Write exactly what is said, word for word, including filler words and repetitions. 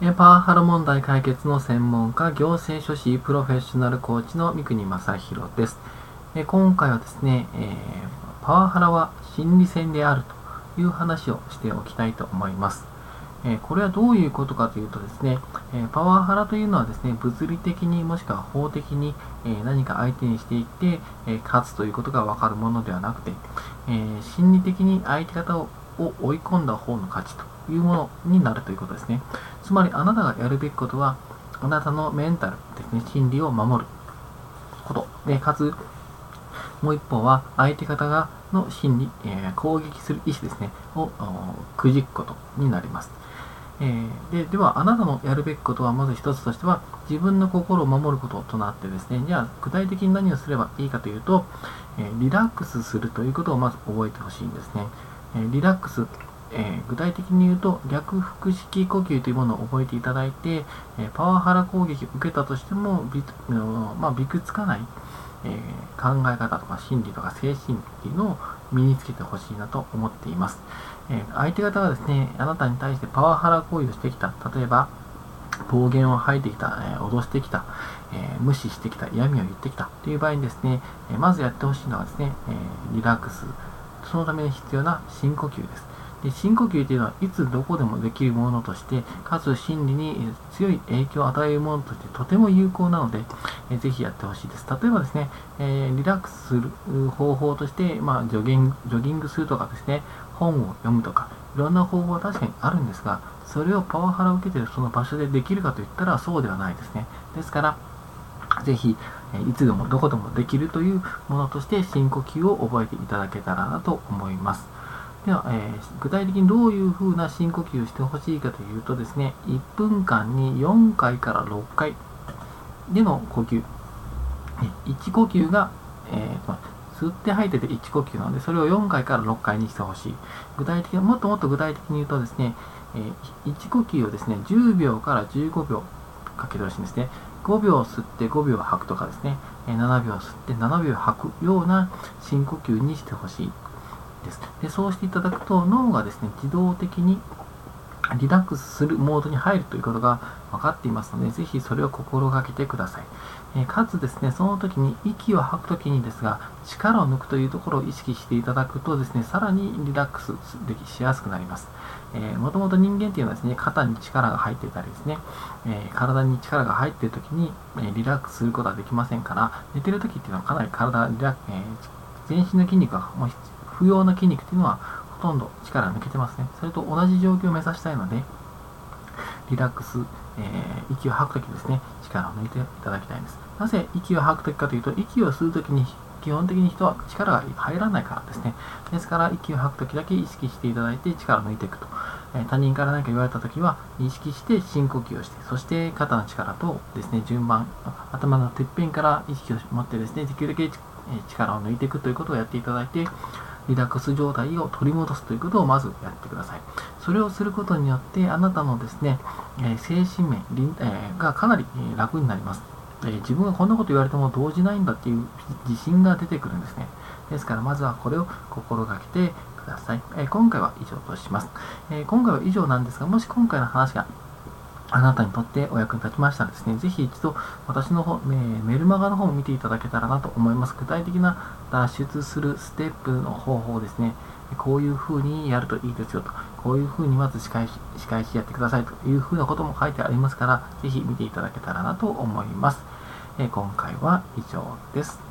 パワハラ問題解決の専門家、行政書士プロフェッショナルコーチの三國正弘です。今回はですね、パワハラは心理戦であるという話をしておきたいと思います。これはどういうことかというとですね、パワハラというのはですね、物理的にもしくは法的に何か相手にしていって勝つということが分かるものではなくて、心理的に相手方を追い込んだ方の勝ちというものになるということですね。つまりあなたがやるべきことは、あなたのメンタルですね、心理を守ることで、かつもう一方は相手方がの心理、えー、攻撃する意思ですね、をくじくことになります。えー、で, では、あなたのやるべきことはまず一つとしては、自分の心を守ることとなってですね、じゃあ具体的に何をすればいいかというと、えー、リラックスするということをまず覚えてほしいんですね。えー、リラックス、えー、具体的に言うと、逆腹式呼吸というものを覚えていただいて、えー、パワハラ攻撃を受けたとしてもび、まあ、びくつかない、えー、考え方とか心理とか精神っていうのを身につけてほしいなと思っています。えー、相手方がですね、あなたに対してパワハラ行為をしてきた、例えば暴言を吐いてきた、えー、脅してきた、えー、無視してきた、嫌味を言ってきたという場合にですね、えー、まずやってほしいのはですね、えー、リラックス、そのために必要な深呼吸です。で深呼吸というのはいつどこでもできるものとして、かつ心理に強い影響を与えるものとしてとても有効なので、えー、ぜひやってほしいです。例えばですね、えー、リラックスする方法として、まあ、ジョギング、ジョギングするとかですね、本を読むとか、いろんな方法は確かにあるんですが、それをパワハラを受けているその場所でできるかといったらそうではないですね。ですから、ぜひ、いつでもどこでもできるというものとして深呼吸を覚えていただけたらなと思います。では、えー、具体的にどういうふうな深呼吸をしてほしいかというとですね、いっぷんかんによんかいからろっかいでの呼吸。いち呼吸が、えー、吸って吐いてでいち呼吸なので、それをよんかいからろっかいにしてほしい。具体的に、もっともっと具体的に言うとですね、えー、いち呼吸をですね、じゅうびょうからじゅうごびょうかけてほしいんですね。ごびょう吸ってごびょう吐くとかですね、ななびょう吸ってななびょう吐くような深呼吸にしてほしいです。で、そうしていただくと脳がですね、自動的にリラックスするモードに入るということが分かっていますので、ぜひそれを心がけてください。えー、かつですね、その時に息を吐く時にですが、力を抜くというところを意識していただくとですね、さらにリラックスしやすくなります。えー、もともと人間っていうのはですね、肩に力が入っていたりですね、えー、体に力が入っている時に、えー、リラックスすることはできませんから、寝てる時っていうのはかなり体がリラックス、えー、全身の筋肉がもう不要な筋肉っていうのはほとんど力が抜けてますね。それと同じ状況を目指したいので、リラックス、えー、息を吐くときですね、力を抜いていただきたいんです。なぜ息を吐くときかというと、息を吸うときに基本的に人は力が入らないからですね。ですから、息を吐くときだけ意識していただいて力を抜いていくと。えー、他人から何か言われたときは、意識して深呼吸をして、そして肩の力とですね、順番、頭のてっぺんから意識を持ってですね、できるだけ力を抜いていくということをやっていただいて、リラックス状態を取り戻すということをまずやってください。それをすることによって、あなたのですね、えー、精神面、えー、がかなり楽になります。えー、自分がこんなこと言われても動じないんだっていう自信が出てくるんですね。ですから、まずはこれを心がけてください。えー、今回は以上とします。えー、今回は以上なんですが、もし今回の話があなたにとってお役に立ちましたらですね、ぜひ一度私の方、メルマガの方を見ていただけたらなと思います。具体的な脱出するステップの方法ですね、こういう風にやるといいですよと、こういう風にまず仕返し、仕返しやってくださいという風なことも書いてありますから、ぜひ見ていただけたらなと思います。今回は以上です。